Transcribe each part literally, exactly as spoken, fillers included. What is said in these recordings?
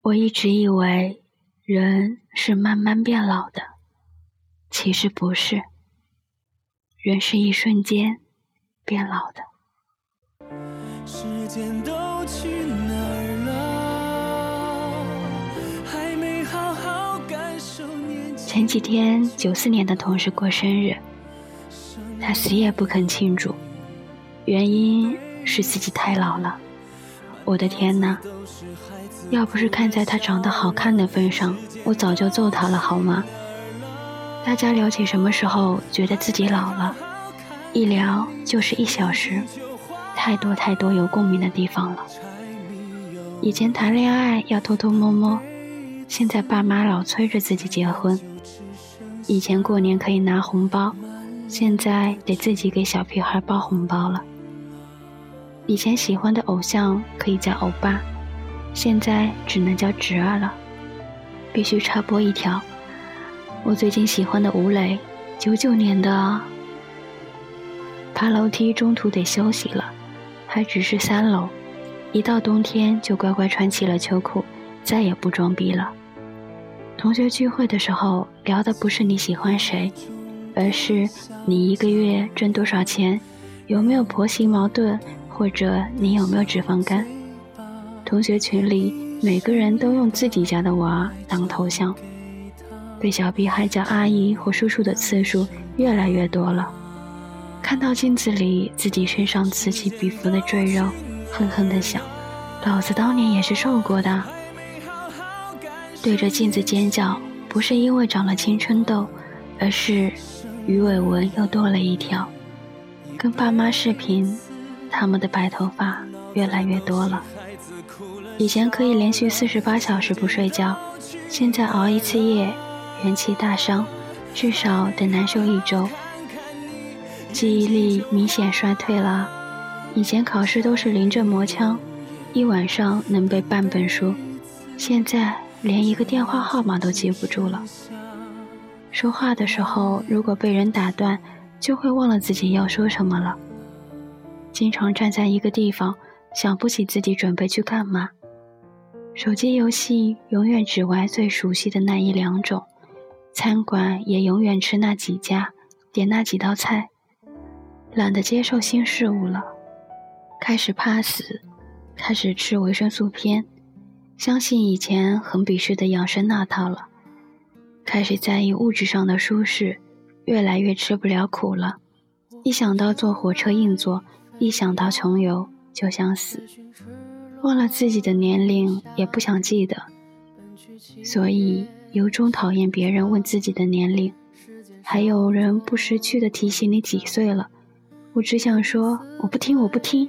我一直以为人是慢慢变老的，其实不是，人是一瞬间变老的。 时间都去哪儿了？还没好好感受年纪。 前几天九四年的同事过生日，他死也不肯庆祝，原因是自己太老了。我的天哪，要不是看在他长得好看的份上，我早就揍他了好吗？大家聊起什么时候觉得自己老了，一聊就是一小时，太多太多有共鸣的地方了。以前谈恋爱要偷偷摸摸，现在爸妈老催着自己结婚。以前过年可以拿红包，现在得自己给小屁孩包红包了。以前喜欢的偶像可以叫欧巴，现在只能叫侄儿了。必须插播一条，我最近喜欢的吴磊，九九年的，爬楼梯中途得休息了，还只是三楼，一到冬天就乖乖穿起了秋裤，再也不装逼了。同学聚会的时候聊的不是你喜欢谁，而是你一个月挣多少钱，有没有婆媳矛盾，或者你有没有脂肪肝。同学群里每个人都用自己家的娃当头像，被小屁孩叫阿姨或叔叔的次数越来越多了。看到镜子里自己身上此起彼伏的赘肉，恨恨地想，老子当年也是瘦过的。对着镜子尖叫，不是因为长了青春痘，而是鱼尾纹又多了一条。跟爸妈视频，他们的白头发越来越多了。以前可以连续四十八小时不睡觉，现在熬一次夜，元气大伤，至少得难受一周。记忆力明显衰退了，以前考试都是临阵磨枪，一晚上能背半本书，现在连一个电话号码都记不住了。说话的时候，如果被人打断，就会忘了自己要说什么了。经常站在一个地方，想不起自己准备去干嘛。手机游戏永远只玩最熟悉的那一两种，餐馆也永远吃那几家，点那几道菜，懒得接受新事物了。开始怕死，开始吃维生素片，相信以前很鄙视的养生那套了。开始在意物质上的舒适，越来越吃不了苦了。一想到坐火车硬座，一想到穷游就想死，忘了自己的年龄也不想记得，所以由衷讨厌别人问自己的年龄，还有人不识趣地提醒你几岁了。我只想说，我不听我不听。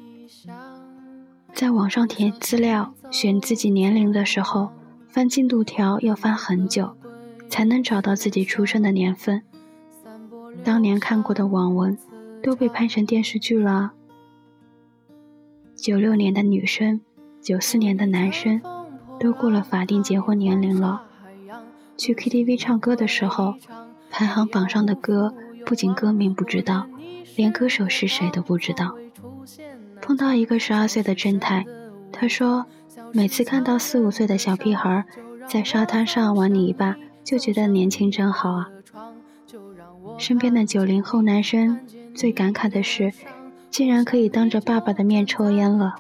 在网上填资料选自己年龄的时候，翻进度条要翻很久才能找到自己出生的年份。当年看过的网文都被拍成电视剧了。九六年的女生，九四年的男生都过了法定结婚年龄了。去 K T V 唱歌的时候，排行榜上的歌不仅歌名不知道，连歌手是谁都不知道。碰到一个十二岁的正太，他说每次看到四五岁的小屁孩在沙滩上玩泥巴，就觉得年轻真好啊。身边的九零后男生最感慨的是，竟然可以当着爸爸的面抽烟了。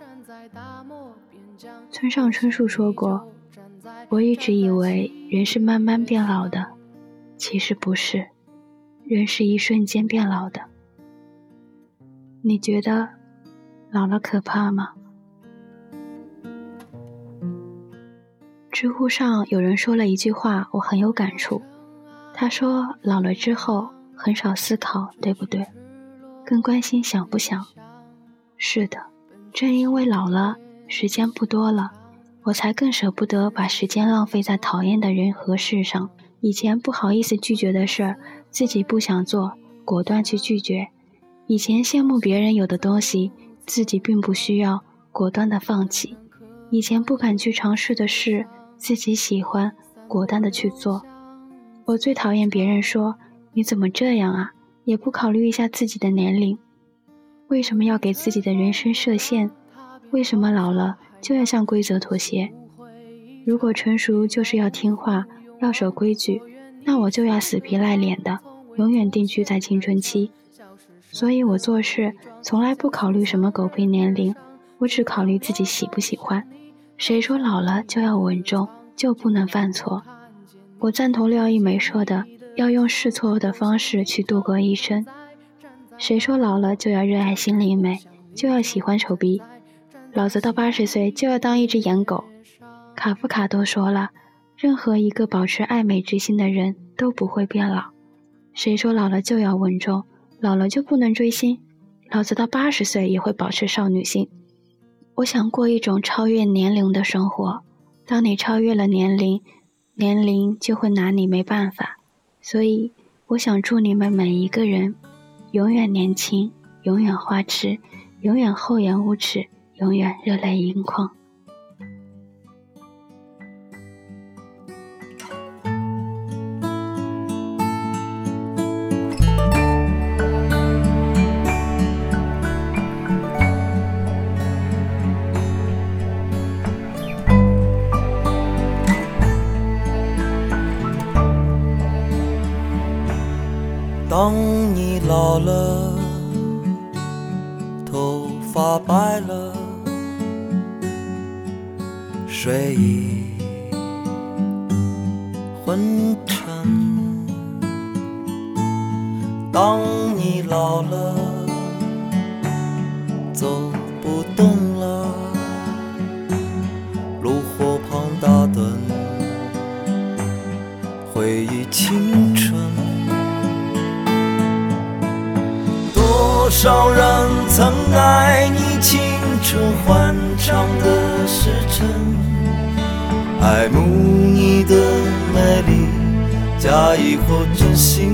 村上春树说过，我一直以为人是慢慢变老的，其实不是，人是一瞬间变老的。你觉得老了可怕吗？知乎上有人说了一句话，我很有感触。他说，老了之后很少思考，对不对？更关心想不想。是的，正因为老了，时间不多了，我才更舍不得把时间浪费在讨厌的人和事上。以前不好意思拒绝的事儿，自己不想做，果断去拒绝。以前羡慕别人有的东西，自己并不需要，果断的放弃。以前不敢去尝试的事，自己喜欢，果断的去做。我最讨厌别人说，你怎么这样啊？也不考虑一下自己的年龄。为什么要给自己的人生设限？为什么老了就要向规则妥协？ 如果成熟就是要听话，要守规矩，那我就要死皮赖脸的，永远定居在青春期。所以我做事从来不考虑什么狗屁年龄，我只考虑自己喜不喜欢。谁说老了就要稳重，就不能犯错？我赞同廖一梅说的，要用试错的方式去度过一生。谁说老了就要热爱心灵美，就要喜欢丑逼？老子到八十岁就要当一只颜狗。卡夫卡都说了，任何一个保持爱美之心的人都不会变老。谁说老了就要稳重，老了就不能追星？老子到八十岁也会保持少女心。我想过一种超越年龄的生活，当你超越了年龄，年龄就会拿你没办法。所以我想祝你们每一个人永远年轻，永远花痴，永远厚颜无耻，永远热泪盈眶。 当你老了，头发白了，睡意昏沉。当你老了，走不动了，炉火旁打盹，回忆青春。多少人曾爱你青春欢畅的时辰，爱慕你的美丽，假意或真心。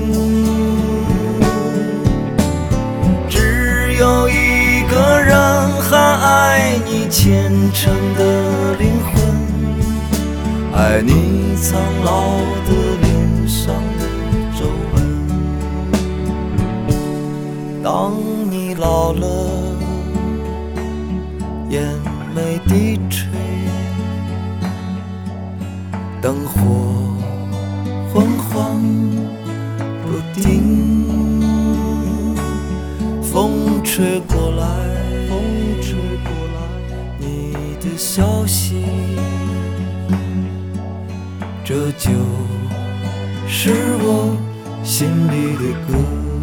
只有一个人还爱你虔诚的灵魂，爱你苍老的脸上的皱纹。当你老了，眼眉低垂，灯火昏黄不定，风吹过来，风吹过来，你的消息，这就是我心里的歌。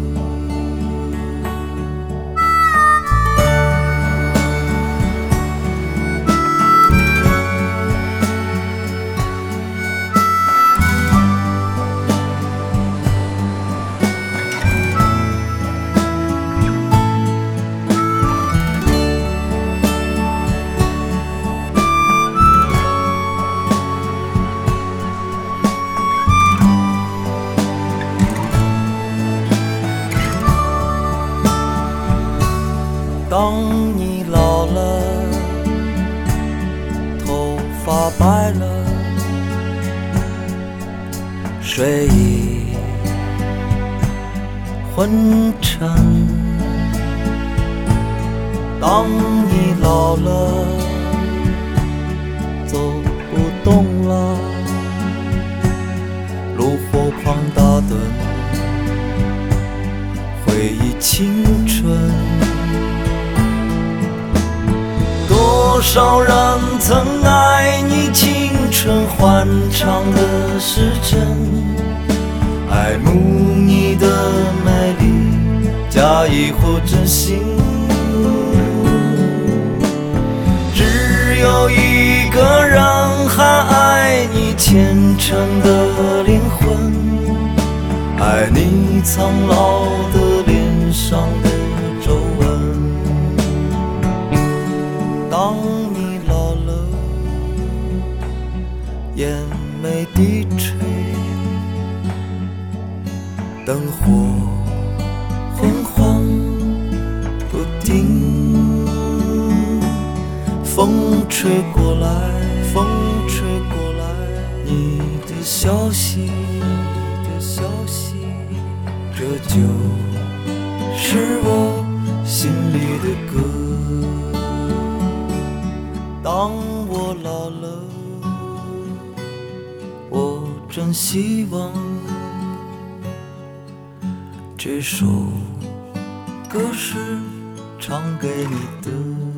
当你老了，头发白了，睡意昏沉。当你老了，走不动了，炉火旁打盹，回忆青春。多少人曾爱你青春欢畅的时辰，爱慕你的美丽，假意或真心。只有一个人还爱你虔诚的灵魂，爱你苍老的脸上的皱纹。当你老了，眼眉低垂，灯火昏黄不定，风吹过来，风吹过来，你的消息，你的消息，这就是我心里的歌。当我老了， 真希望这首歌是唱给你的。